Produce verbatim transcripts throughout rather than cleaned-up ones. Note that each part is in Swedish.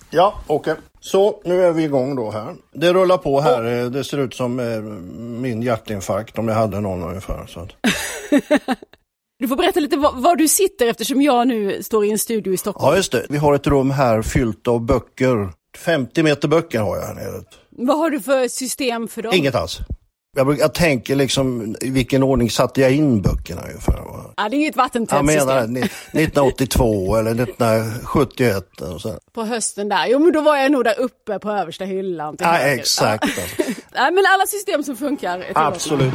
Ja, okej. Okay. Så, nu är vi igång då här. Det rullar på här. Oh. Det ser ut som eh, min hjärtinfarkt om jag hade någon ungefär. Så att... Du får berätta lite var, var du sitter eftersom jag nu står i en studio i Stockholm. Ja, just det. Vi har ett rum här fyllt av böcker. femtio meter böcker har jag här nere. Vad har du för system för dem? Inget alls. Jag, jag tänker liksom, i vilken ordning satte jag in böckerna ungefär? Ja, det är ju ett vattentätt system. Jag menar nittonhundraåttiotvå eller nittonhundrasjuttioett. Och så. På hösten där. Jo, men då var jag nog där uppe på översta hyllan. Ja, exakt. Ja. Alltså. Ja, men alla system som funkar. Absolut.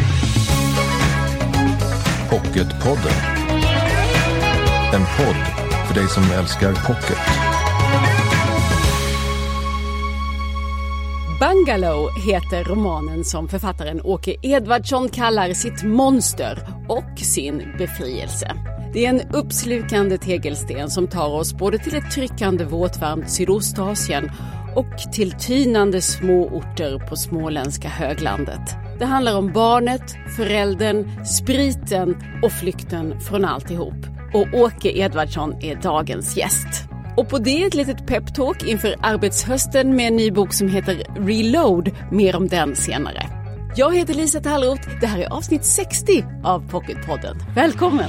Pocketpodden. En podd för dig som älskar pocket. Bungalow heter romanen som författaren Åke Edvardsson kallar sitt monster och sin befrielse. Det är en uppslukande tegelsten som tar oss både till ett tryckande våtvarmt Sydostasien och till tynande små orter på småländska höglandet. Det handlar om barnet, föräldern, spriten och flykten från alltihop. Och Åke Edvardsson är dagens gäst. Och på det ett litet peptalk inför arbetshösten med en ny bok som heter Reload. Mer om den senare. Jag heter Lisa Tallroth. Det här är avsnitt sextio av Pocketpodden. Välkommen!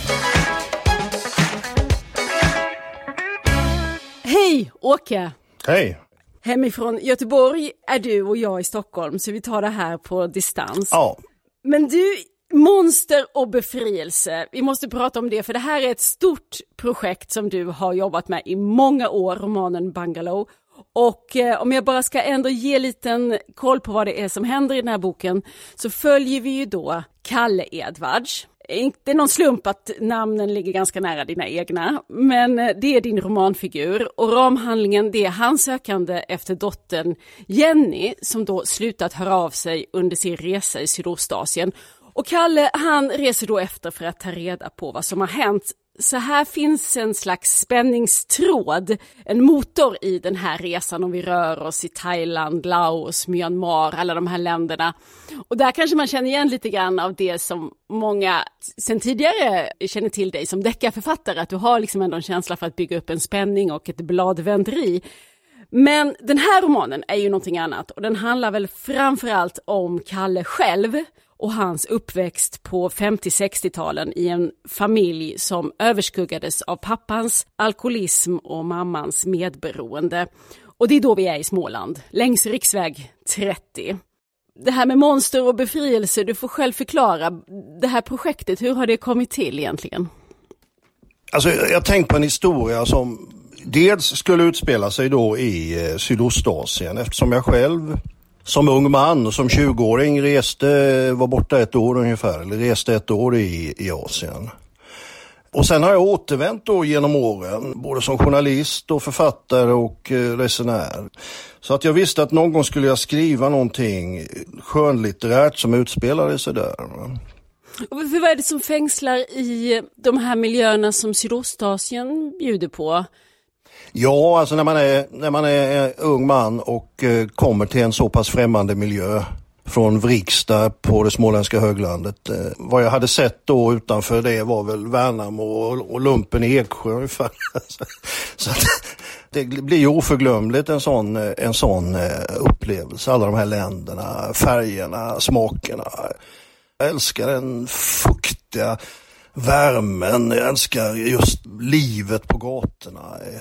Hej Åke! Hej! Hemifrån Göteborg är du och jag i Stockholm, så vi tar det här på distans. Ja. Men du, monster och befrielse, vi måste prata om det, för det här är ett stort projekt som du har jobbat med i många år, romanen Bungalow. Och eh, om jag bara ska ändå ge liten koll på vad det är som händer i den här boken, så följer vi ju då Kalle Edvards. Det är någon slump att namnen ligger ganska nära dina egna, men det är din romanfigur, och ramhandlingen, det är hans sökande efter dottern Jenny som då slutat höra av sig under sin resa i Sydostasien. Och Kalle, han reser då efter för att ta reda på vad som har hänt. Så här finns en slags spänningstråd, en motor i den här resan om vi rör oss i Thailand, Laos, Myanmar, alla de här länderna. Och där kanske man känner igen lite grann av det som många sen tidigare känner till dig som deckarförfattare, att du har liksom ändå en känsla för att bygga upp en spänning och ett bladvänderi. Men den här romanen är ju någonting annat, och den handlar väl framförallt om Kalle själv och hans uppväxt på femtio-sextiotalen i en familj som överskuggades av pappans alkoholism och mammans medberoende. Och det är då vi är i Småland, längs riksväg trettio. Det här med monster och befrielse, du får själv förklara det här projektet. Hur har det kommit till egentligen? Alltså, jag har tänkt på en historia som dels skulle utspela sig då i eh, Sydostasien, eftersom jag själv som ung man och som tjugoåring reste, var borta ett år ungefär, eller reste ett år i, i Asien. Och sen har jag återvänt då genom åren, både som journalist och författare och eh, resenär. Så att jag visste att någon gång skulle jag skriva någonting skönlitterärt som utspelade sig där. Och vad är det som fängslar i de här miljöerna som Sydostasien bjuder på? Ja, alltså när man är, när man är ung man och eh, kommer till en så pass främmande miljö från Vrigstad på det småländska höglandet. Eh, vad jag hade sett då utanför det var väl Värnamo och, och lumpen i Eksjö ungefär. Så att, det blir ju oförglömligt en sån, en sån eh, upplevelse. Alla de här länderna, färgerna, smakerna. Jag älskar den fuktiga värmen, jag älskar just livet på gatorna.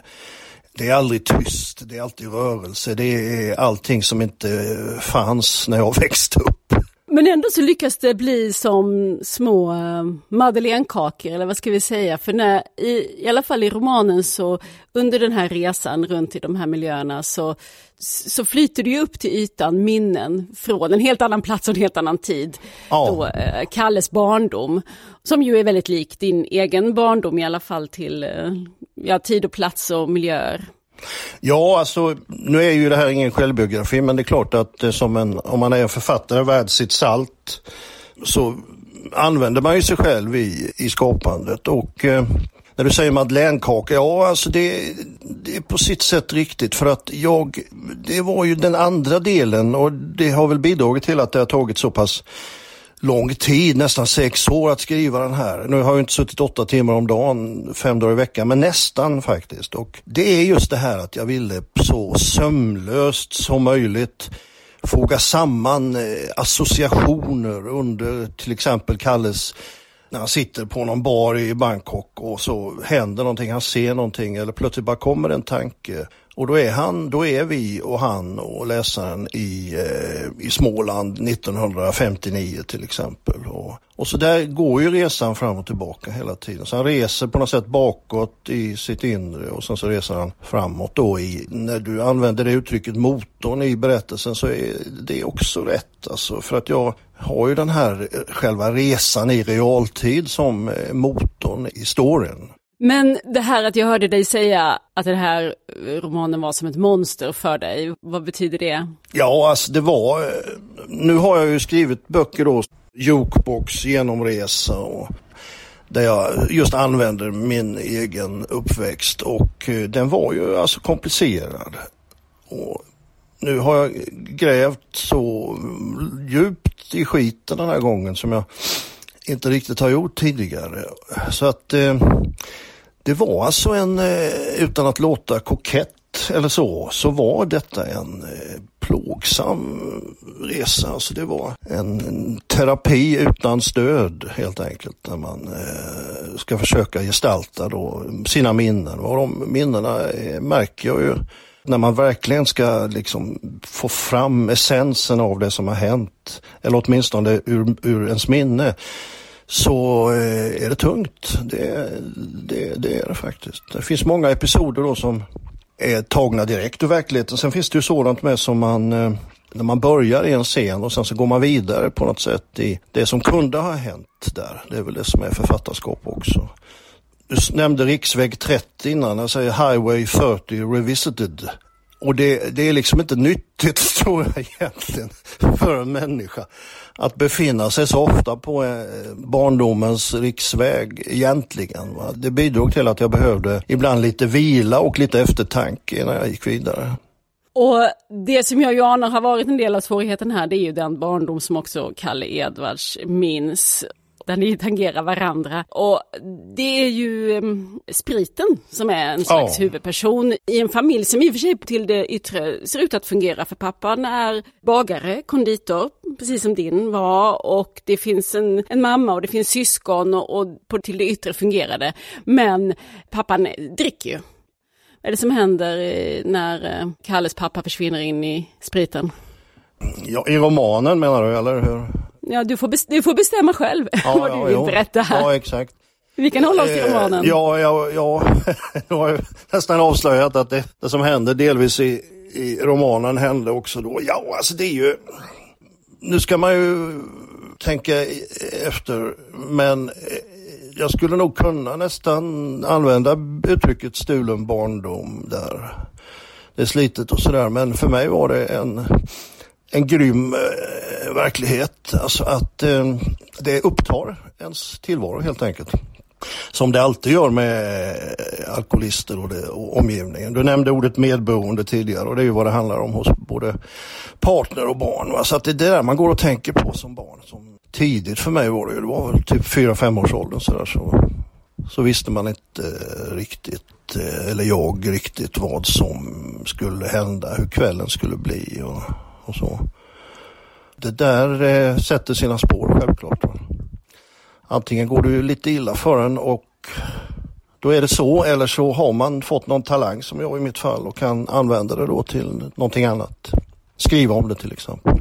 Det är aldrig tyst, det är alltid rörelse, det är allting som inte fanns när jag växte upp. Men ändå så lyckas det bli som små madeleinekakor, eller vad ska vi säga? För när, i, i alla fall i romanen, så under den här resan runt i de här miljöerna så, så flyter det ju upp till ytan minnen från en helt annan plats och en helt annan tid. Ja. Då, eh, Kalles barndom, som ju är väldigt lik din egen barndom, i alla fall till eh, ja, tid och plats och miljöer. Ja, alltså nu är ju det här ingen självbiografi, men det är klart att som en, om man är en författare värd sitt salt så använder man ju sig själv i, i skapandet. Och eh, när du säger madeleinekaka, ja alltså det, det är på sitt sätt riktigt, för att jag, det var ju den andra delen, och det har väl bidragit till att det har tagit så pass lång tid, nästan sex år att skriva den här. Nu har jag inte suttit åtta timmar om dagen, fem dagar i veckan, men nästan faktiskt. Och det är just det här att jag ville så sömlöst som möjligt foga samman eh, associationer under till exempel Kalles, när han sitter på någon bar i Bangkok och så händer någonting, han ser någonting eller plötsligt bara kommer en tanke. Och då är han, då är vi och han och läsaren i, eh, i Småland nittonhundrafemtionio till exempel. Och, och så där går ju resan fram och tillbaka hela tiden. Så han reser på något sätt bakåt i sitt inre och sen så reser han framåt då i, när du använder det uttrycket motorn i berättelsen så är det också rätt. Alltså för att jag har ju den här själva resan i realtid som motorn i storyn. Men det här att jag hörde dig säga att den här romanen var som ett monster för dig, vad betyder det? Ja, alltså det var, nu har jag ju skrivit böcker då, Jukebox, Genomresa och där jag just använder min egen uppväxt och den var ju alltså komplicerad. Och nu har jag grävt så djupt i skiten den här gången som jag inte riktigt har gjort tidigare. Så att eh, det var alltså en, eh, utan att låta kokett eller så, så var detta en eh, plågsam resa. Alltså det var en, en terapi utan stöd helt enkelt när man eh, ska försöka gestalta då sina minnen. Och de minnena eh, märker jag ju när man verkligen ska liksom få fram essensen av det som har hänt, eller åtminstone ur, ur ens minne, så eh, är det tungt. Det, det, det är det faktiskt. Det finns många episoder då som är tagna direkt ur verkligheten. Sen finns det ju sådant med som man, eh, när man börjar i en scen och sen så går man vidare på något sätt i det som kunde ha hänt där. Det är väl det som är författarskap också. Du nämnde riksväg trettio innan, jag säger Highway fyrtio Revisited. Och det, det är liksom inte nyttigt, tror jag egentligen, för en människa att befinna sig så ofta på eh, barndomens riksväg egentligen. Va? Det bidrog till att jag behövde ibland lite vila och lite eftertanke när jag gick vidare. Och det som jag ju anar har varit en del av svårigheten här, det är ju den barndom som också Kalle Edwards minns, där ni tangerar varandra. Och det är ju um, spriten som är en slags oh. huvudperson i en familj som i och för sig till det yttre ser ut att fungera. För pappan är bagare, konditor, precis som din var. Och det finns en, en mamma och det finns syskon och, och på, till det yttre fungerar det. Men pappan dricker ju. Vad är det som händer när Kalles pappa försvinner in i spriten? Ja, i romanen menar du, eller hur? Ja, du får, bes- du får bestämma själv ja, vad ja, du vill jo. berätta här. Ja, exakt. Vi kan hålla oss till romanen. Ja, ja, ja. Jag har nästan avslöjat att det, det som hände delvis i, i romanen hände också då. Ja, alltså det är ju... Nu ska man ju tänka efter, men jag skulle nog kunna nästan använda uttrycket stulen barndom där. Det är slitet och sådär, men för mig var det en... en grym eh, verklighet. Alltså att eh, det upptar ens tillvaro helt enkelt. Som det alltid gör med eh, alkoholister och, det, och omgivningen. Du nämnde ordet medboende tidigare och det är ju vad det handlar om hos både partner och barn. Va? Så att det är det där man går och tänker på som barn. Som tidigt för mig var det ju, det var väl typ fyra fem års åldern så, där, så, så visste man inte eh, riktigt, eh, eller jag riktigt vad som skulle hända, hur kvällen skulle bli och och så. Det där eh, sätter sina spår självklart. Antingen går du lite illa för en och då är det så, eller så har man fått någon talang som jag i mitt fall och kan använda det då till någonting annat. Skriva om det till exempel.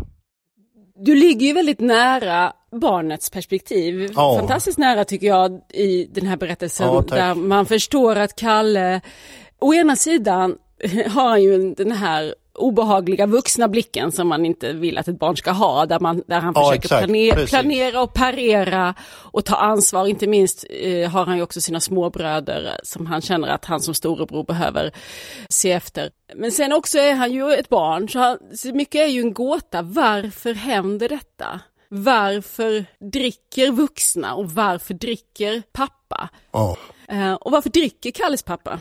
Du ligger ju väldigt nära barnets perspektiv. Ja. Fantastiskt nära tycker jag i den här berättelsen ja, där man förstår att Kalle, å ena sidan har han ju den här obehagliga vuxna blicken som man inte vill att ett barn ska ha, där, man, där han ja, försöker planera, planera och parera och ta ansvar. Inte minst eh, har han ju också sina småbröder som han känner att han som storebror behöver se efter. Men sen också är han ju ett barn, så, han, så mycket är ju en gåta. Varför händer detta? Varför dricker vuxna och varför dricker pappa? Ja. Eh, och varför dricker Kalles pappa?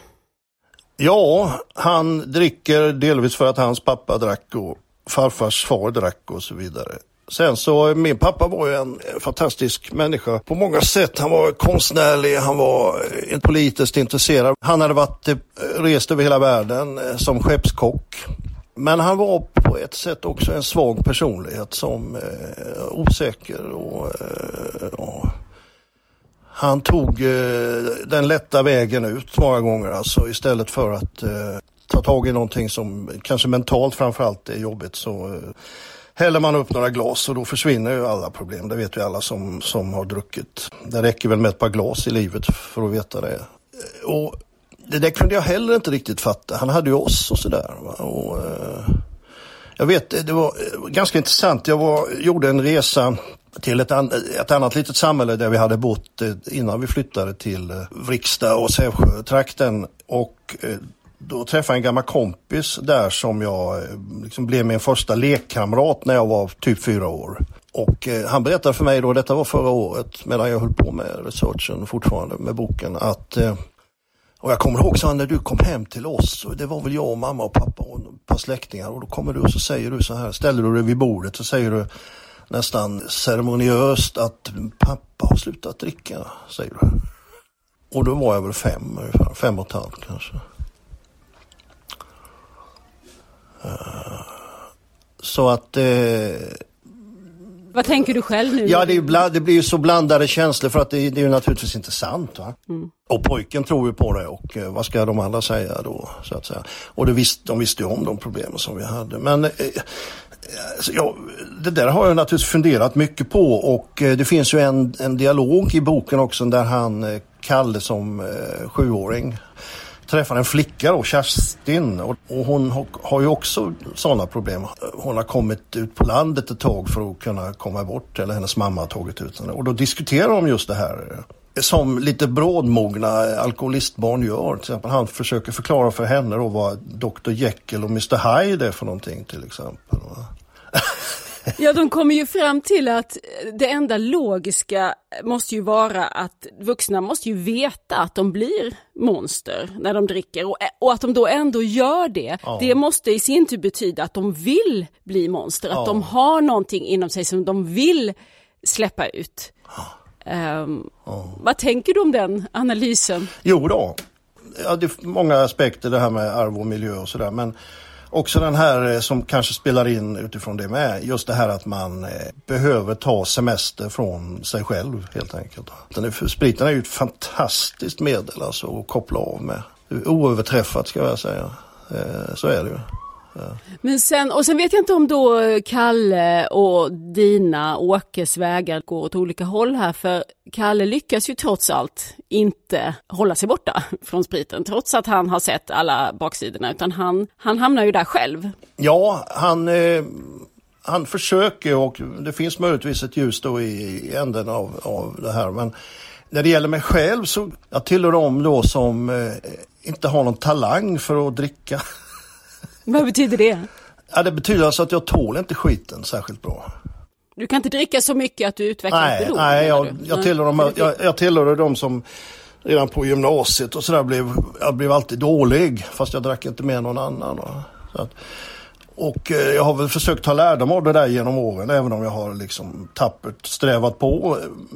Ja, han dricker delvis för att hans pappa drack och farfars far drack och så vidare. Sen så, min pappa var ju en fantastisk människa på många sätt. Han var konstnärlig, han var politiskt intresserad. Han hade varit rest över hela världen som skeppskock. Men han var på ett sätt också en svag personlighet som eh, osäker och, eh, och han tog eh, den lätta vägen ut många gånger, alltså istället för att eh, ta tag i någonting som kanske mentalt framförallt är jobbigt, så eh, häller man upp några glas och då försvinner ju alla problem. Det vet ju alla som, som har druckit. Det räcker väl med ett par glas i livet för att veta det. Och det där kunde jag heller inte riktigt fatta. Han hade ju oss och sådär. Och eh, jag vet, det var ganska intressant. Jag var, gjorde en resa till ett, an, ett annat litet samhälle där vi hade bott eh, innan vi flyttade till eh, Vrigstad och Sävsjö-trakten. Och eh, då träffade jag en gammal kompis där som jag eh, liksom blev min första lekkamrat när jag var typ fyra år. Och eh, han berättade för mig då, detta var förra året medan jag höll på med researchen fortfarande med boken, att eh, och jag kommer ihåg så när du kom hem till oss, och det var väl jag och mamma och pappa och ett par släktingar, och då kommer du och så säger du så här, ställer du dig vid bordet så säger du nästan ceremoniöst att pappa har slutat dricka, säger du. Och då var jag väl fem, ungefär, fem och ett halvt kanske. Uh, så att eh, vad tänker du själv nu? Ja, det, är bland, det blir ju så blandade känslor för att det, det är ju naturligtvis inte sant, va? Mm. Och pojken tror ju på det, och eh, vad ska de andra säga då, så att säga. Och det visst, de visste ju om de problemen som vi hade. Men eh, ja, det där har jag naturligtvis funderat mycket på, och eh, det finns ju en, en dialog i boken också där han, eh, Kalle som eh, sjuåring, träffar en flicka då, Kerstin, och, och hon har, har ju också sådana problem. Hon har kommit ut på landet ett tag för att kunna komma bort, eller hennes mamma har tagit ut henne. Och då diskuterar de just det här som lite brådmogna alkoholistbarn gör. Till exempel han försöker förklara för henne då vad doktor Jekyll och mister Hyde är för någonting till exempel. Ja, de kommer ju fram till att det enda logiska måste ju vara att vuxna måste ju veta att de blir monster när de dricker, och, och att de då ändå gör det. Ja. Det måste i sin tur betyda att de vill bli monster, att ja. de har någonting inom sig som de vill släppa ut. Ja. Um, ja. Vad tänker du om den analysen? Jo då, ja, det är många aspekter det här med arv och miljö och sådär, men också den här som kanske spelar in utifrån det med, just det här att man eh, behöver ta semester från sig själv helt enkelt. Den är, spriten är ju ett fantastiskt medel alltså att koppla av med. Oöverträffat ska jag säga, eh, så är det ju. Ja. Men sen, och sen vet jag inte om då Kalle och dina Åkes vägar går åt olika håll här, för Kalle lyckas ju trots allt inte hålla sig borta från spriten, trots att han har sett alla baksidorna, utan han, han hamnar ju där själv. Ja, han, eh, han försöker, och det finns möjligtvis ett ljus då i, i änden av, av det här, men när det gäller mig själv så jag tillhör dem då som eh, inte har någon talang för att dricka. Vad betyder det? Ja, det betyder alltså att jag tål inte skiten särskilt bra. Du kan inte dricka så mycket att du utvecklar nej, blod? Nej, jag, jag, tillhör dem, jag, jag tillhör de som redan på gymnasiet och sådär blev, jag blev alltid dålig, fast jag drack inte med någon annan. Så att, och eh, jag har väl försökt ta lärdom av det där genom åren, även om jag har liksom tappert strävat på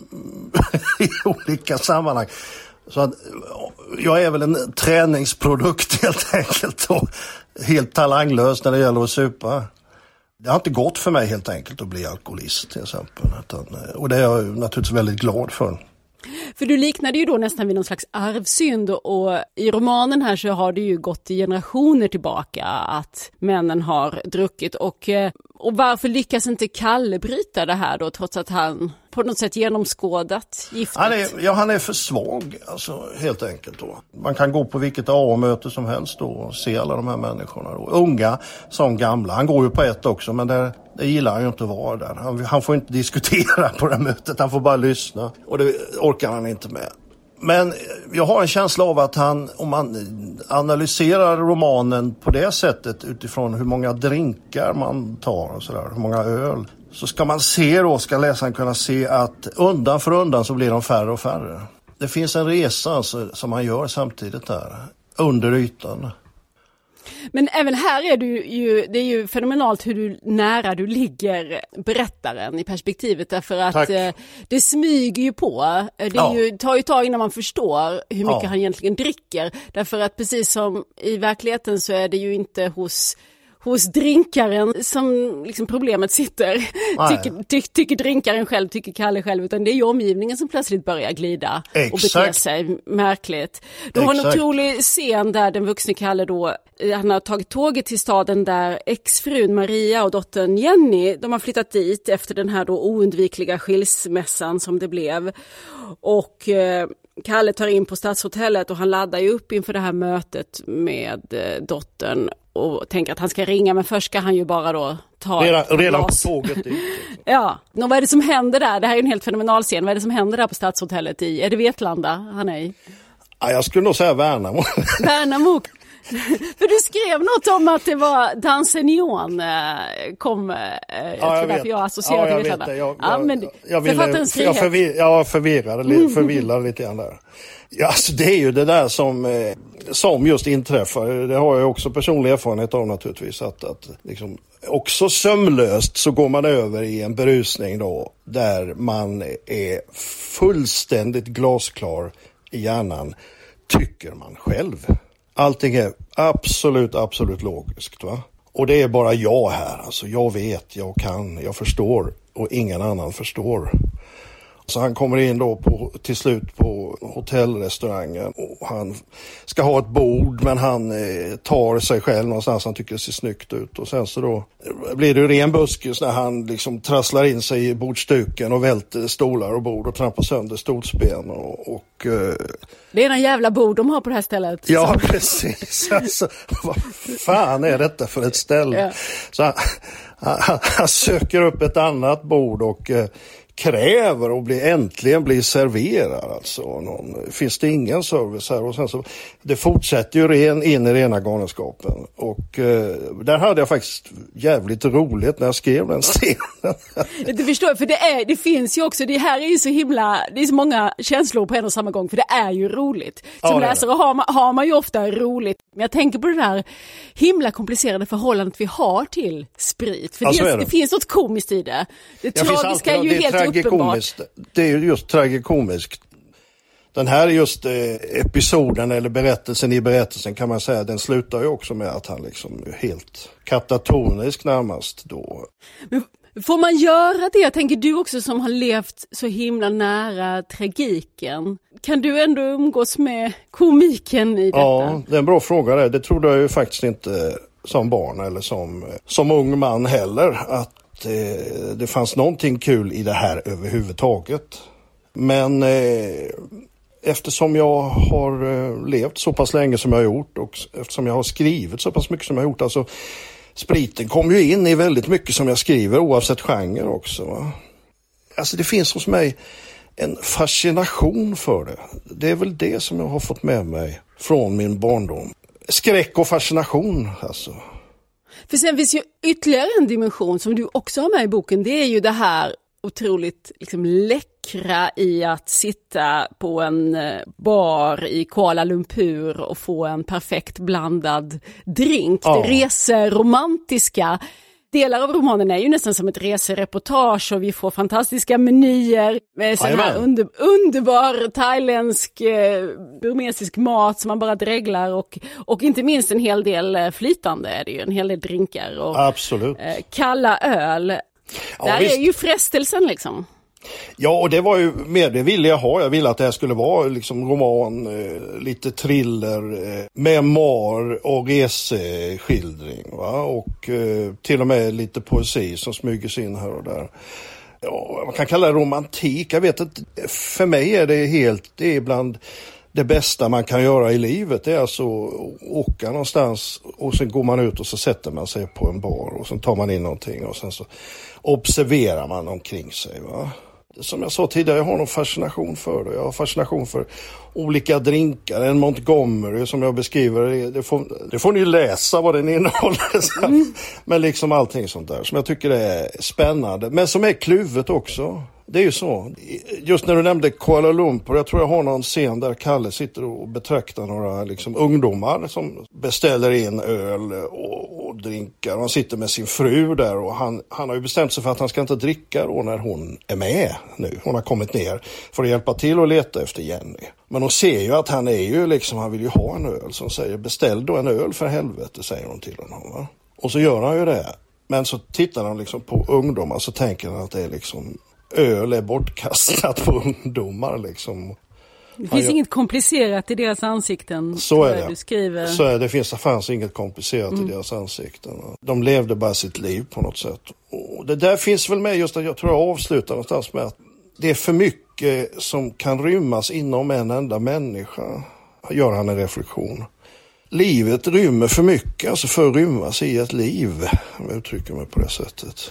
i olika sammanhang. Så att, jag är väl en träningsprodukt helt enkelt, och helt talanglös när det gäller att supa. Det har inte gått för mig helt enkelt att bli alkoholist till exempel. Och det är jag naturligtvis väldigt glad för. För du liknade ju då nästan vid någon slags arvsynd, och i romanen här så har det ju gått i generationer tillbaka att männen har druckit, och, och varför lyckas inte Kalle bryta det här då, trots att han på något sätt genomskådat giftet? Han är, ja, han är för svag alltså, helt enkelt då. Man kan gå på vilket A A-möte som helst då och se alla de här människorna då. Unga som gamla. Han går ju på ett också, men det, det gillar han ju inte att vara där. Han, han får inte diskutera på det här mötet, han får bara lyssna, och det orkar han inte med. Men jag har en känsla av att han, om man analyserar romanen på det sättet utifrån hur många drinkar man tar och sådär, hur många öl, så ska man se då, ska läsaren kunna se att undan för undan så blir de färre och färre. Det finns en resa alltså, som han gör samtidigt där, under ytan. Men även här är du ju, det är ju fenomenalt hur du, nära du ligger berättaren i perspektivet, därför att eh, det smyger ju på. Det är ja. ju, tar ju tag innan man förstår hur mycket ja. han egentligen dricker. Därför att precis som i verkligheten så är det ju inte hos hos drinkaren som liksom problemet sitter. Tycker, ty, tycker drinkaren själv, tycker Kalle själv, utan det är ju omgivningen som plötsligt börjar glida. Exakt. Och bete sig märkligt. Du har en otrolig scen där den vuxne Kalle då, han har tagit tåget till staden där exfrun Maria och dottern Jenny, de har flyttat dit efter den här då oundvikliga skilsmässan som det blev. Och eh, Kalle tar in på stadshotellet och han laddar ju upp inför det här mötet med eh, dottern och tänker att han ska ringa, men först ska han ju bara då ta redan, redan på tåget dit. Ja, och vad är det som händer där? Det här är en helt fenomenal scen. Vad är det som händer där på stadshotellet i? Är det Vetlanda han är i? Ja, jag skulle nog säga Värnamo. Värnamo. För du skrev något om att det var Dansenion kom, jag ja, tror därför jag associerade ja, till Vetlanda. Jag, ja, men jag, jag, ville, jag, förvir, jag förvirrade, förvillade lite grann där. Ja, alltså det är ju det där som, eh, som just inträffar. Det har jag också personlig erfarenhet av naturligtvis. Att, att liksom, också sömlöst så går man över i en berusning då, där man är fullständigt glasklar i hjärnan, tycker man själv. Allting är absolut, absolut logiskt, va? Och det är bara jag här. Alltså jag vet, jag kan, jag förstår och ingen annan förstår. Så han kommer in då på, till slut på hotellrestaurangen och han ska ha ett bord, men han eh, tar sig själv någonstans, han tycker det ser snyggt ut. Och sen så då blir det ren buskis när han liksom trasslar in sig i bordstuken och välter stolar och bord och trampar sönder stolsben. Och, och, eh... det är en jävla bord de har på det här stället. Ja, precis. Alltså, vad fan är detta för ett ställe? Ja. Så han, han, han söker upp ett annat bord och eh, kräver och blir, äntligen blir serverad. Alltså, någon, finns det ingen service här? Och sen så, det fortsätter ju ren, in i rena galenskapen. Och eh, där hade jag faktiskt jävligt roligt när jag skrev den scenen. Du förstår, för det, är, det finns ju också, det här är ju så himla, det är så många känslor på en och samma gång, för det är ju roligt. Som ja, läsare har man, har man ju ofta roligt. Men jag tänker på det där himla komplicerade förhållandet vi har till sprit. För ja, det, det finns något komiskt i det. Det tragiska är ju det helt uppenbart. Det är ju just tragikomiskt. Den här just eh, episoden eller berättelsen i berättelsen kan man säga, den slutar ju också med att han liksom är helt katatonisk närmast då. Men får man göra det? Jag tänker du också som har levt så himla nära tragiken. Kan du ändå umgås med komiken i detta? Ja, det är en bra fråga det. Det trodde jag ju faktiskt inte som barn eller som, som ung man heller, att eh, det fanns någonting kul i det här överhuvudtaget. Men eh, eftersom jag har eh, levt så pass länge som jag har gjort och eftersom jag har skrivit så pass mycket som jag har gjort, alltså spriten kom ju in i väldigt mycket som jag skriver oavsett genre också, va? Alltså det finns hos mig en fascination för det. Det är väl det som jag har fått med mig från min barndom. Skräck och fascination alltså. För sen finns ju ytterligare en dimension som du också har med i boken. Det är ju det här otroligt liksom läckra i att sitta på en bar i Kuala Lumpur och få en perfekt blandad drink. Ja. Det reseromantiska. Delar av romanen är ju nästan som ett resereportage och vi får fantastiska menyer med sån här under, underbar thailändsk, eh, burmesisk mat som man bara dreglar och, och inte minst en hel del flytande är det ju, en hel del drinkar och absolut. Eh, kalla öl. Ja, där visst. Är ju frestelsen liksom. Ja, och det var ju mer det ville jag ha. Jag ville att det här skulle vara liksom roman, eh, lite thriller, eh, memoir och reseskildring, va? Och eh, till och med lite poesi som smyger sig in här och där. Ja, man kan kalla det romantik. Jag vet att för mig är det helt, det är bland det bästa man kan göra i livet. Det är alltså att åka någonstans och sen går man ut och så sätter man sig på en bar och sen tar man in någonting och sen så observerar man omkring sig, va? Som jag sa tidigare, jag har någon fascination för det. Jag har fascination för olika drinkar. En Montgomery som jag beskriver, det får, det får ni läsa vad den innehåller. Mm. Men liksom allting sånt där som jag tycker är spännande. Men som är kluvet också. det är ju så. Just när du nämnde Kuala Lumpur, jag tror jag har någon scen där Kalle sitter och betraktar några liksom, ungdomar som beställer in öl och, och drinkar. Han sitter med sin fru där och han, han har ju bestämt sig för att han ska inte dricka då när hon är med nu. Hon har kommit ner för att hjälpa till och leta efter Jenny. Men hon ser ju att han är ju liksom, han vill ju ha en öl, som säger beställ då en öl för helvete, säger hon till honom, va? Och så gör han ju det. Men så tittar han liksom på ungdomar, så tänker han att det är liksom öl är bortkastat på ungdomar liksom. Det finns gör... inget komplicerat i deras ansikten. Så är det. Du skriver. Så är det. Det finns, det fanns inget komplicerat mm. i deras ansikten. De levde bara sitt liv på något sätt. Och det där finns väl med just att jag tror jag avslutar någonstans med att det är för mycket som kan rymmas inom en enda människa. Gör han en reflektion. Livet rymmer för mycket, alltså för att rymmas i ett liv, om jag uttrycker mig på det sättet.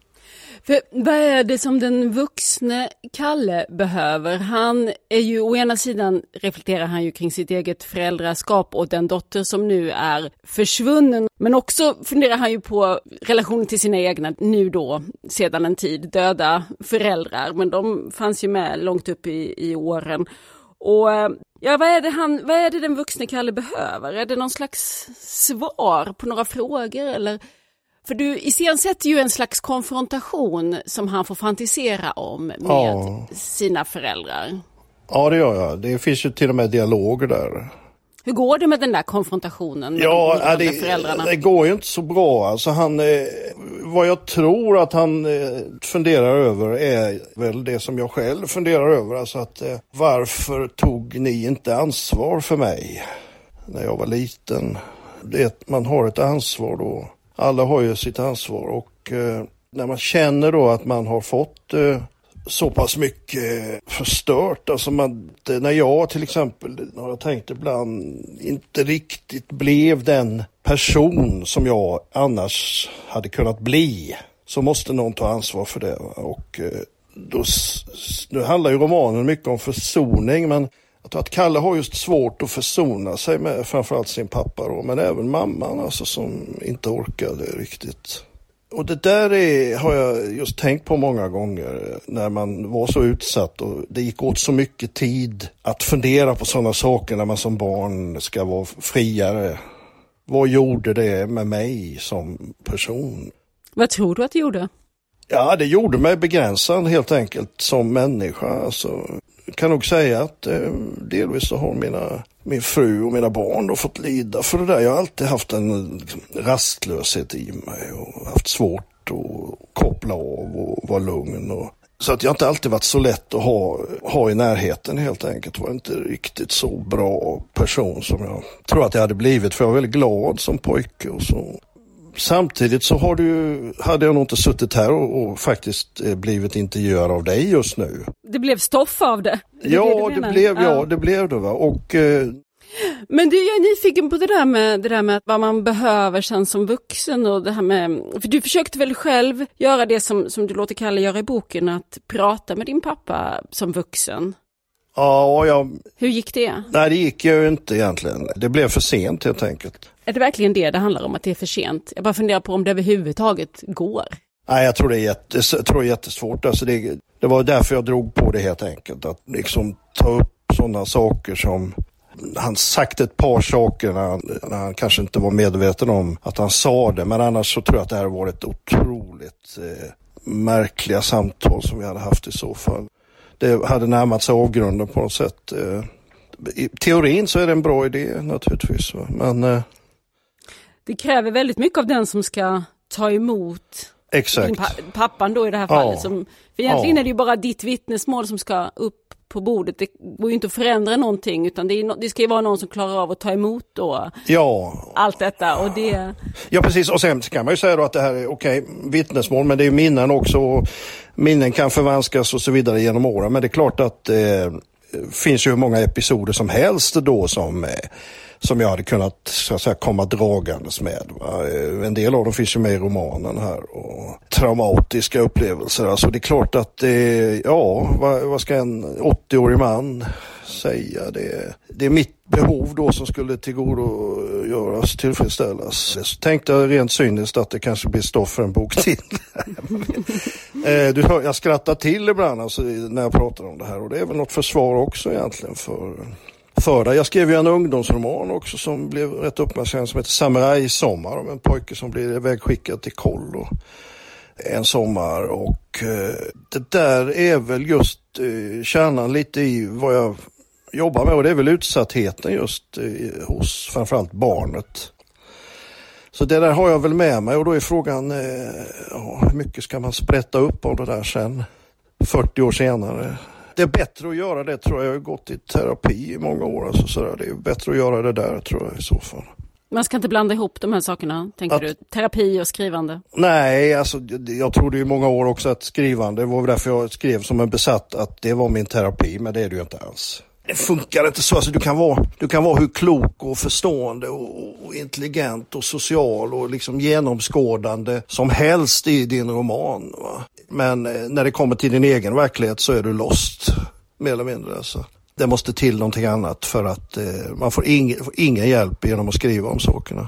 För vad är det som den vuxne Kalle behöver? Han är ju, å ena sidan reflekterar han ju kring sitt eget föräldraskap och den dotter som nu är försvunnen. Men också funderar han ju på relationen till sina egna, nu då, sedan en tid, döda föräldrar. Men de fanns ju med långt upp i, i åren. Och ja, vad är det han, vad är det den vuxne Kalle behöver? Är det någon slags svar på några frågor eller? För du iscensätter ju en slags konfrontation som han får fantisera om med ja. sina föräldrar. Ja, det gör jag. Det finns ju till och med dialoger där. Hur går det med den där konfrontationen med, ja, de, med det, föräldrarna? Det går ju inte så bra. Alltså han, eh, vad jag tror att han eh, funderar över är väl det som jag själv funderar över. Alltså att eh, varför tog ni inte ansvar för mig när jag var liten? Det, man har ett ansvar då. Alla har ju sitt ansvar och eh, när man känner då att man har fått eh, så pass mycket förstört, alltså man, när jag till exempel, har jag tänkt ibland, inte riktigt blev den person som jag annars hade kunnat bli, så måste någon ta ansvar för det. Och eh, då, nu handlar ju romanen mycket om försoning, men jag tror att Kalle har just svårt att försona sig med framförallt sin pappa då, men även mamman alltså, som inte orkade riktigt. Och det där är, har jag just tänkt på många gånger när man var så utsatt och det gick åt så mycket tid att fundera på sådana saker när man som barn ska vara friare. Vad gjorde det med mig som person? Vad tror du att det gjorde? Ja, det gjorde mig begränsad helt enkelt som människa. Alltså, jag kan nog säga att eh, delvis så har mina, min fru och mina barn då fått lida för det där. Jag har alltid haft en liksom, rastlöshet i mig och haft svårt att koppla av och vara lugn. Och, så att jag inte alltid varit så lätt att ha, ha i närheten helt enkelt. Jag var inte riktigt så bra person som jag tror att jag hade blivit, för jag var väldigt glad som pojke och så. Samtidigt så har du, hade jag nog inte suttit här och, och faktiskt eh, blivit intervjuad av dig just nu. Det blev stoff av det. det ja, det det blev, ja, ja, det blev det va. Och, eh... Men du, jag är nyfiken på det där med, det där med vad man behöver sen som vuxen och det här med, för du försökte väl själv göra det som, som du låter Kalle göra i boken, att prata med din pappa som vuxen. Ja, jag... Hur gick det? Nej, det gick ju inte egentligen. Det blev för sent helt enkelt. Är det verkligen det det handlar om, att det är för sent? Jag bara funderar på om det överhuvudtaget går. Nej, jag tror det är, jättes, jag tror det är jättesvårt. Alltså det, det var därför jag drog på det helt enkelt. Att liksom ta upp sådana saker som... Han sagt ett par saker när han, när han kanske inte var medveten om att han sa det. Men annars så tror jag att det här var ett otroligt eh, märkliga samtal som vi hade haft i så fall. Det hade närmat sig avgrunden på något sätt. I teorin så är det en bra idé naturligtvis. Men, eh... det kräver väldigt mycket av den som ska ta emot exakt. Din pa- pappan då i det här fallet. Ja. Som, för egentligen ja. är det ju bara ditt vittnesmål som ska upp på bordet. Det går ju inte att förändra någonting, utan det, är no- det ska ju vara någon som klarar av att ta emot då ja. allt detta. Och det... Ja, precis. Och sen kan man ju säga då att det här är okej, okay, vittnesmål, men det är minnen också. Och minnen kan förvanskas och så vidare genom åren. Men det är klart att det eh, finns ju hur många episoder som helst då som... Eh, som jag hade kunnat så att säga, komma dragandes med. Va? En del av dem finns ju med i romanen här. Och traumatiska upplevelser. Alltså det är klart att det, ja, vad, vad ska en åttio-årig man säga? Det, det är mitt behov då som skulle tillgodogöras, tillfredsställas. Så tänkte jag rent cyniskt att det kanske blir stoff för en bok till. Eh, du hör, jag skrattar till ibland alltså, när jag pratar om det här, och det är väl något försvar också egentligen för, för det. Jag skrev ju en ungdomsroman också som blev rätt uppmärksammad som heter Samurai sommar, om en pojke som blir ivägskickad till kollo en sommar, och eh, det där är väl just eh, kärnan lite i vad jag jobbar med, och det är väl utsattheten just eh, hos framförallt barnet. Så det där har jag väl med mig, och då är frågan eh, ja, hur mycket ska man sprätta upp av det där sen fyrtio år senare. Det är bättre att göra det, tror jag. Jag har gått i terapi i många år, alltså, så där. Det är bättre att göra det där, tror jag, i så fall. Man ska inte blanda ihop de här sakerna, tänker att, du? Terapi och skrivande? Nej, alltså jag trodde i många år också att skrivande, det var därför jag skrev som en besatt att det var min terapi, men det är det ju inte alls. Det funkar inte så. Alltså, du, kan vara, du kan vara hur klok och förstående och, och intelligent och social och liksom genomskådande som helst i din roman. Va? Men eh, när det kommer till din egen verklighet så är du lost, mer eller mindre. Alltså. Det måste till någonting annat för att eh, man får ing, får ingen hjälp genom att skriva om sakerna.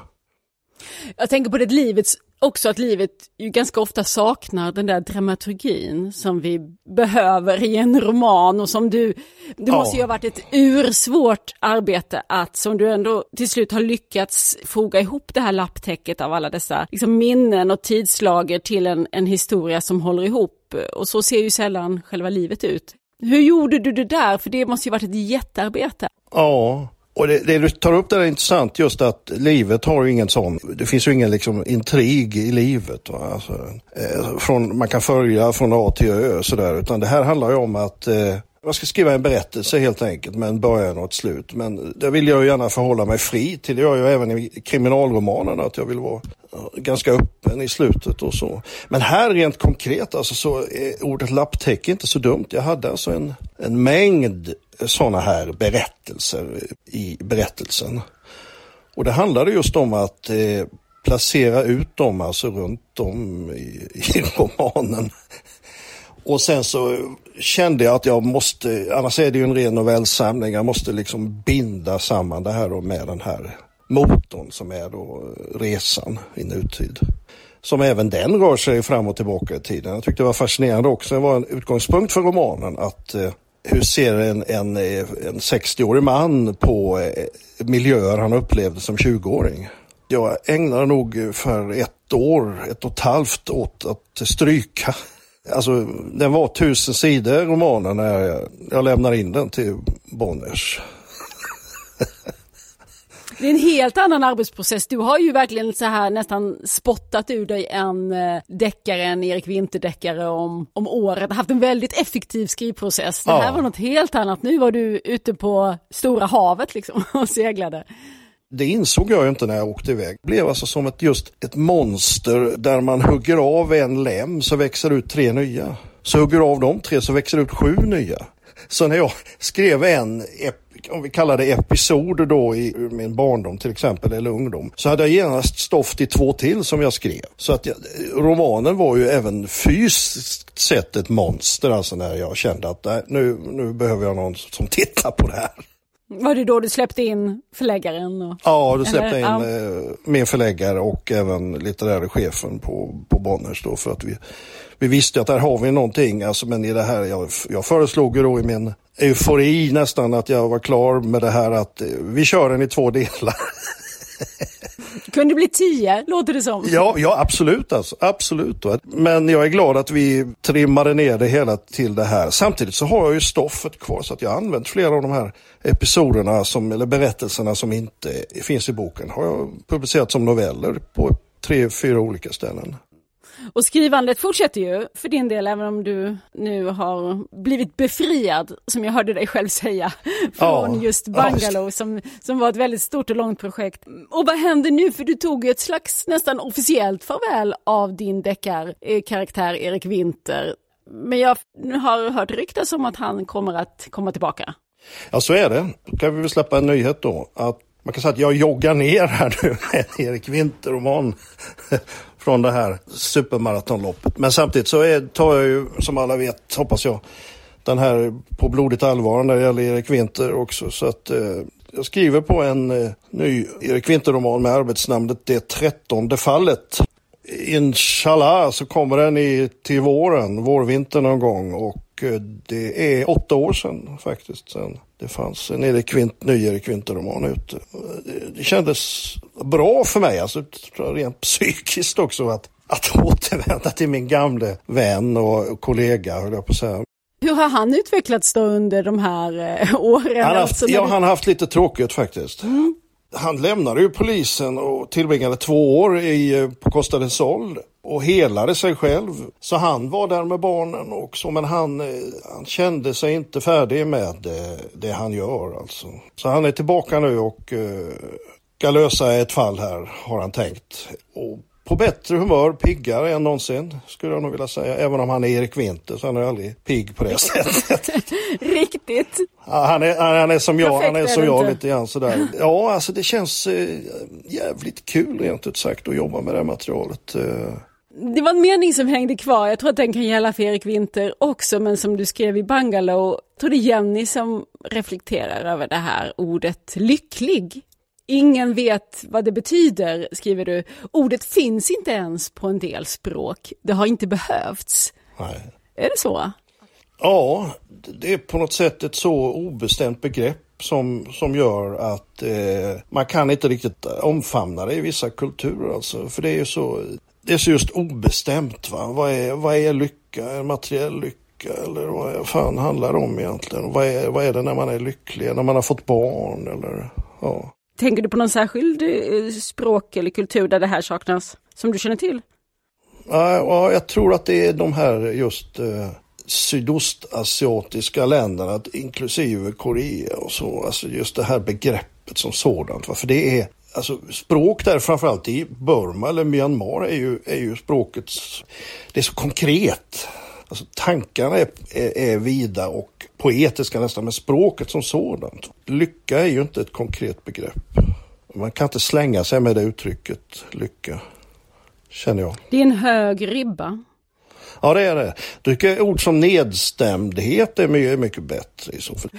Jag tänker på det livet också, att livet ju ganska ofta saknar den där dramaturgin som vi behöver i en roman, och som du, det ja. måste ju ha varit ett ursvårt arbete att, som du ändå till slut har lyckats foga ihop det här lapptäcket av alla dessa liksom, minnen och tidslager till en, en historia som håller ihop, och så ser ju sällan själva livet ut. Hur gjorde du det där? För det måste ju varit ett jättearbete. Ja. Och det, det du tar upp där är intressant, just att livet har ju ingen sån, det finns ju ingen liksom intrig i livet. Va? Alltså, eh, från, man kan följa från A till Ö sådär, utan det här handlar ju om att eh, jag ska skriva en berättelse helt enkelt med en början och ett slut. Men det vill jag ju gärna förhålla mig fri till. Det gör jag även i kriminalromanerna, att jag vill vara ganska öppen i slutet och så. Men här rent konkret alltså, så är ordet lapptäcke inte så dumt. Jag hade alltså en, en mängd sådana här berättelser i berättelsen. Och det handlade just om att eh, placera ut dem alltså runt om i, i romanen. Och sen så kände jag att jag måste, annars är det ju en ren novellsamling, jag måste liksom binda samman det här med den här motorn som är då resan i nutid. Som även den rör sig fram och tillbaka i tiden. Jag tyckte det var fascinerande också. Det var en utgångspunkt för romanen att eh, hur ser en, en, en sextioårig man på eh, miljöer han upplevde som tjugoåring. Jag ägnade nog för ett år, ett och ett halvt åt att stryka. Alltså, den var tusen sidor romanen när jag, jag lämnar in den till Bonniers. Det är en helt annan arbetsprocess. Du har ju verkligen så här nästan spottat ur dig en deckare, en Erik Winter-deckare om, om året. Haft en väldigt effektiv skrivprocess. Det här ja. var något helt annat. Nu var du ute på stora havet liksom och seglade. Det insåg jag ju inte när jag åkte iväg. Det blev alltså som ett, just ett monster där man hugger av en lem så växer ut tre nya. Så hugger av de tre så växer ut sju nya. Så när jag skrev en, om vi kallar det episod då i min barndom till exempel, eller ungdom, så hade jag genast stoff till två till som jag skrev. Så att jag, romanen var ju även fysiskt sett ett monster, alltså när jag kände att nej, nu, nu behöver jag någon som tittar på det här. Var det då du släppte in förläggaren? Och... Ja, du släppte Eller, in ja. eh, min förläggare och även litterära chefen på, på Bonniers då, för att vi, vi visste att där har vi någonting, alltså, men i det här, jag, jag föreslog ju då i min eufori nästan att jag var klar med det här att eh, vi kör den i två delar. Kunde det bli tio, låter det som. Ja, ja absolut alltså, absolut. Men jag är glad att vi trimmade ner det hela till det här. Samtidigt så har jag ju stoffet kvar, så att jag har använt flera av de här episoderna som, eller berättelserna som inte finns i boken. Har jag publicerat som noveller på tre, fyra olika ställen. Och skrivandet fortsätter ju för din del, även om du nu har blivit befriad, som jag hörde dig själv säga, från ja, just Bungalow ja. som, som var ett väldigt stort och långt projekt. Och vad händer nu? För du tog ju ett slags nästan officiellt farväl av din deckarkaraktär Erik Winter. Men jag har hört ryktas om att han kommer att komma tillbaka. Ja, så är det. Då kan vi väl släppa en nyhet då. Att man kan säga att jag joggar ner här nu med Erik Winter-roman från det här supermaratonloppet. Men samtidigt så är, tar jag ju, som alla vet, hoppas jag, den här på blodigt allvar när det gäller Erik Winter också. Så att eh, jag skriver på en eh, ny Erik Winter-roman med arbetsnamnet Det trettonde fallet. Inshallah så kommer den i, till våren, vårvintern någon gång, och det är åtta år sedan faktiskt sedan det fanns en Erik Kvint, ny Erik Kvint-roman ute. Det kändes bra för mig, alltså rent psykiskt också, att, att återvända till min gamle vän och kollega, höll jag på att säga. Hur har han utvecklats då under de här eh, åren? Han har haft, alltså, ja, du... han har haft lite tråkigt faktiskt. Mm. Han lämnade ju polisen och tillbringade två år i, på Costa del Sol och helade sig själv. Så han var där med barnen också, men han, han kände sig inte färdig med det, det han gör alltså. Så han är tillbaka nu och uh, ska lösa ett fall här, har han tänkt. Och på bättre humör, piggare än någonsin, skulle jag nog vilja säga. Även om han är Erik Winter så han är aldrig pigg på det sättet. Riktigt. Ja, han, är, han är som jag, Perfekt, han är som är jag inte? lite grann sådär. Ja, alltså det känns eh, jävligt kul rent ut sagt att jobba med det här materialet. Eh. Det var en mening som hängde kvar. Jag tror att den kan gälla för Erik Winter också, men som du skrev i Bungalow. Jag tror det är Jenny som reflekterar över det här ordet lycklig. Ingen vet vad det betyder, skriver du. Ordet finns inte ens på en del språk. Det har inte behövts. Nej. Är det så? Ja, det är på något sätt ett så obestämt begrepp som, som gör att eh, man kan inte riktigt omfamna det i vissa kulturer. Alltså. För det är ju så, det är så just obestämt. Va? Vad är, vad är lycka? En materiell lycka? Eller vad fan handlar det om egentligen? Vad är, vad är det när man är lycklig? När man har fått barn? Eller, ja. Tänker du på någon särskild språk eller kultur där det här saknas, som du känner till? Ja, jag tror att det är de här just eh, sydostasiatiska länderna, inklusive Korea och så. Alltså just det här begreppet som sådant. Va? För det är, alltså språk där framförallt i Burma eller Myanmar är ju, är ju språkets, det är så konkret. Alltså tankarna är, är, är vida och poetiska nästan, med språket som sådant. Lycka är ju inte ett konkret begrepp. Man kan inte slänga sig med det uttrycket, lycka, känner jag. Det är en hög ribba. Ja, det är det. Jag tycker ord som nedstämdhet är mycket, mycket bättre i så fall.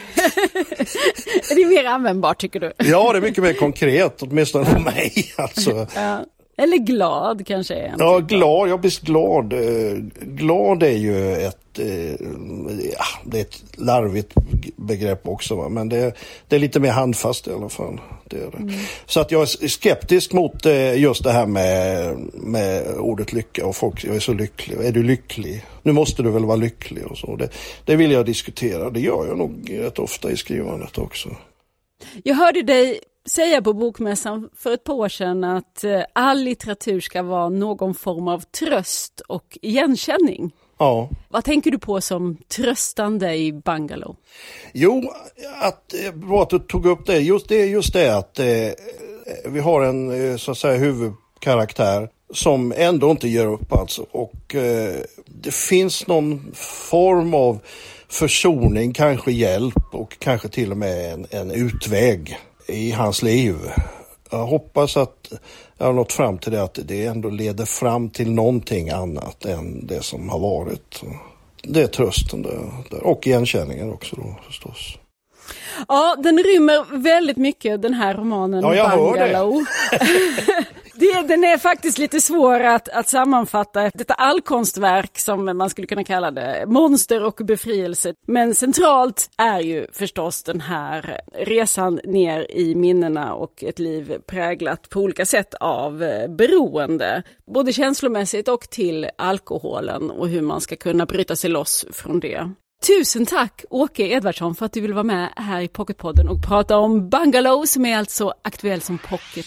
Är det mer användbart, tycker du? Ja, det är mycket mer konkret, åtminstone för mig. Alltså. Ja. Eller glad kanske är en. Ja, glad. Jag blir glad. Glad är ju ett, ja, det är ett larvigt begrepp också, va? Men det, det är lite mer handfast i alla fall. Det är det. Mm. Så att jag är skeptisk mot just det här med, med ordet lycka och folk, jag är så lycklig. Är du lycklig? Nu måste du väl vara lycklig och så. Det, det vill jag diskutera. Det gör jag nog rätt ofta i skrivandet också. Jag hörde dig säga på bokmässan för ett par år sedan att all litteratur ska vara någon form av tröst och igenkänning. Ja. Vad tänker du på som tröstande i Bungalow? Jo, att, bra att du tog upp det. Just det är just det att eh, vi har en så att säga huvudkaraktär som ändå inte ger upp alltså. Och eh, det finns någon form av försoning, kanske hjälp och kanske till och med en, en utväg i hans liv. Jag hoppas att jag har nått fram till det, att det ändå leder fram till någonting annat än det som har varit. Det är trösten där. Och igenkänningen också då förstås. Ja, den rymmer väldigt mycket, den här romanen. Ja, jag Bungalow. hör det. det. Den är faktiskt lite svår att, att sammanfatta. Detta allkonstverk som man skulle kunna kalla det. Monster och befrielse. Men centralt är ju förstås den här resan ner i minnena och ett liv präglat på olika sätt av beroende. Både känslomässigt och till alkoholen och hur man ska kunna bryta sig loss från det. Tusen tack Åke Edvardsson för att du vill vara med här i Pocketpodden och prata om Bungalow som är alltså aktuell som pocket.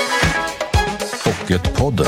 Pocketpodden.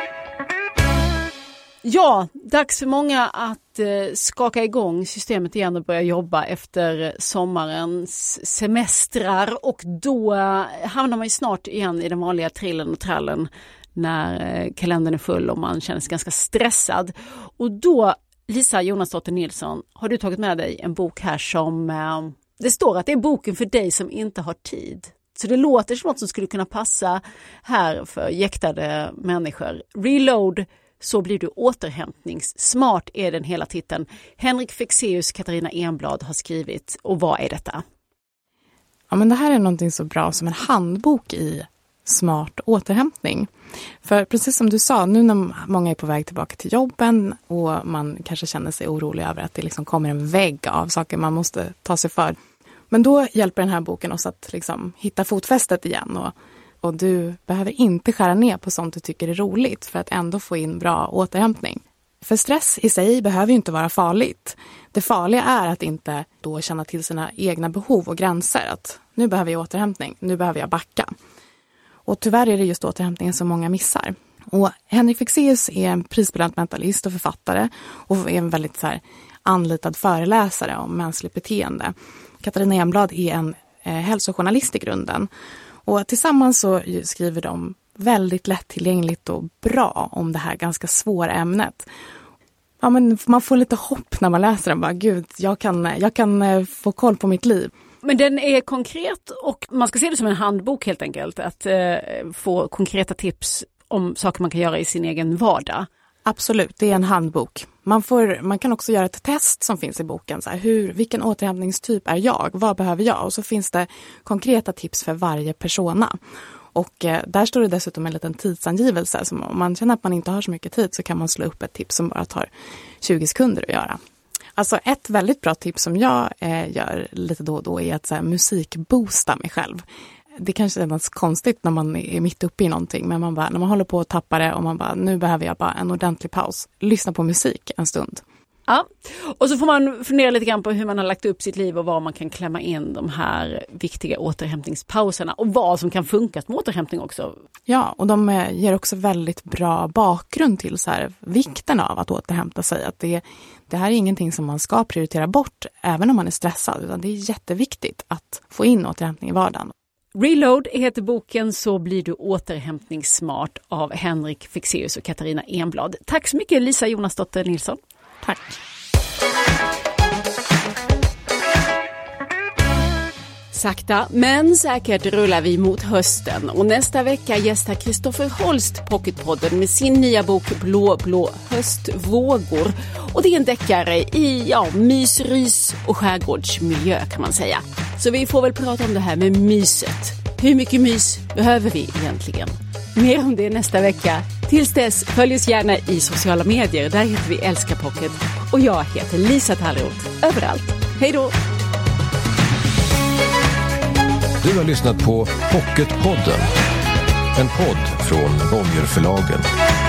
Ja, dags för många att eh, skaka igång systemet igen och börja jobba efter sommarens semestrar, och då eh, hamnar man ju snart igen i den vanliga trillen och trallen när eh, kalendern är full och man känner sig ganska stressad. Och då, Lisa Jonasdotter Nilsson, har du tagit med dig en bok här som, eh, det står att det är boken för dig som inte har tid. Så det låter som något som skulle kunna passa här för jäktade människor. Reload, så blir du återhämtningssmart, är den hela titeln. Henrik Fexeus, Katarina Enblad har skrivit. Och vad är detta? Ja, men det här är någonting så bra som en handbok i smart återhämtning. För precis som du sa, nu när många är på väg tillbaka till jobben och man kanske känner sig orolig över att det liksom kommer en vägg av saker man måste ta sig för. Men då hjälper den här boken oss att liksom hitta fotfästet igen och, och du behöver inte skära ner på sånt du tycker är roligt för att ändå få in bra återhämtning. För stress i sig behöver ju inte vara farligt. Det farliga är att inte då känna till sina egna behov och gränser. Att nu behöver jag återhämtning, nu behöver jag backa. Och tyvärr är det just återhämtningen som många missar. Och Henrik Fexeus är en prisbelönt mentalist och författare och är en väldigt så här, anlitad föreläsare om mänskligt beteende. Katarina Enblad är en eh, hälsojournalist i grunden. Och tillsammans så skriver de väldigt lättillgängligt och bra om det här ganska svåra ämnet. Ja, men man får lite hopp när man läser den. Bara, Gud, jag kan, jag kan få koll på mitt liv. Men den är konkret och man ska se det som en handbok helt enkelt. Att eh, få konkreta tips om saker man kan göra i sin egen vardag. Absolut, det är en handbok. Man, får, man kan också göra ett test som finns i boken. Så här, hur, vilken återhämtningstyp är jag? Vad behöver jag? Och så finns det konkreta tips för varje persona. Och eh, där står det dessutom en liten tidsangivelse. Så om man känner att man inte har så mycket tid så kan man slå upp ett tips som bara tar tjugo sekunder att göra. Alltså ett väldigt bra tips som jag eh, gör lite då och då är att så här, musikboosta mig själv. Det kanske är något konstigt när man är mitt uppe i någonting. Men man bara, när man håller på att tappa det och man bara, nu behöver jag bara en ordentlig paus. Lyssna på musik en stund. Ja, och så får man fundera lite grann på hur man har lagt upp sitt liv och var man kan klämma in de här viktiga återhämtningspauserna och vad som kan funka med återhämtning också. Ja, och de ger också väldigt bra bakgrund till så här, vikten av att återhämta sig. Att det, det här är ingenting som man ska prioritera bort även om man är stressad, utan det är jätteviktigt att få in återhämtning i vardagen. Reload heter boken, så blir du återhämtningssmart av Henrik Fexeus och Katarina Enblad. Tack så mycket Lisa Jonasdotter Nilsson. Tack. Sakta men säkert rullar vi mot hösten och nästa vecka gästar Kristoffer Holst Pocketpodden med sin nya bok Blå blå höstvågor. Och det är en deckare i ja, mysrys och skärgårdsmiljö kan man säga. Så vi får väl prata om det här med myset. Hur mycket mys behöver vi egentligen? Mer om det nästa vecka. Tills dess, följ oss gärna i sociala medier. Där heter vi Älskar Pocket. Och jag heter Lisa Tallroth. Överallt. Hej då! Du har lyssnat på Pocketpodden. En podd från Bonnierförlagen.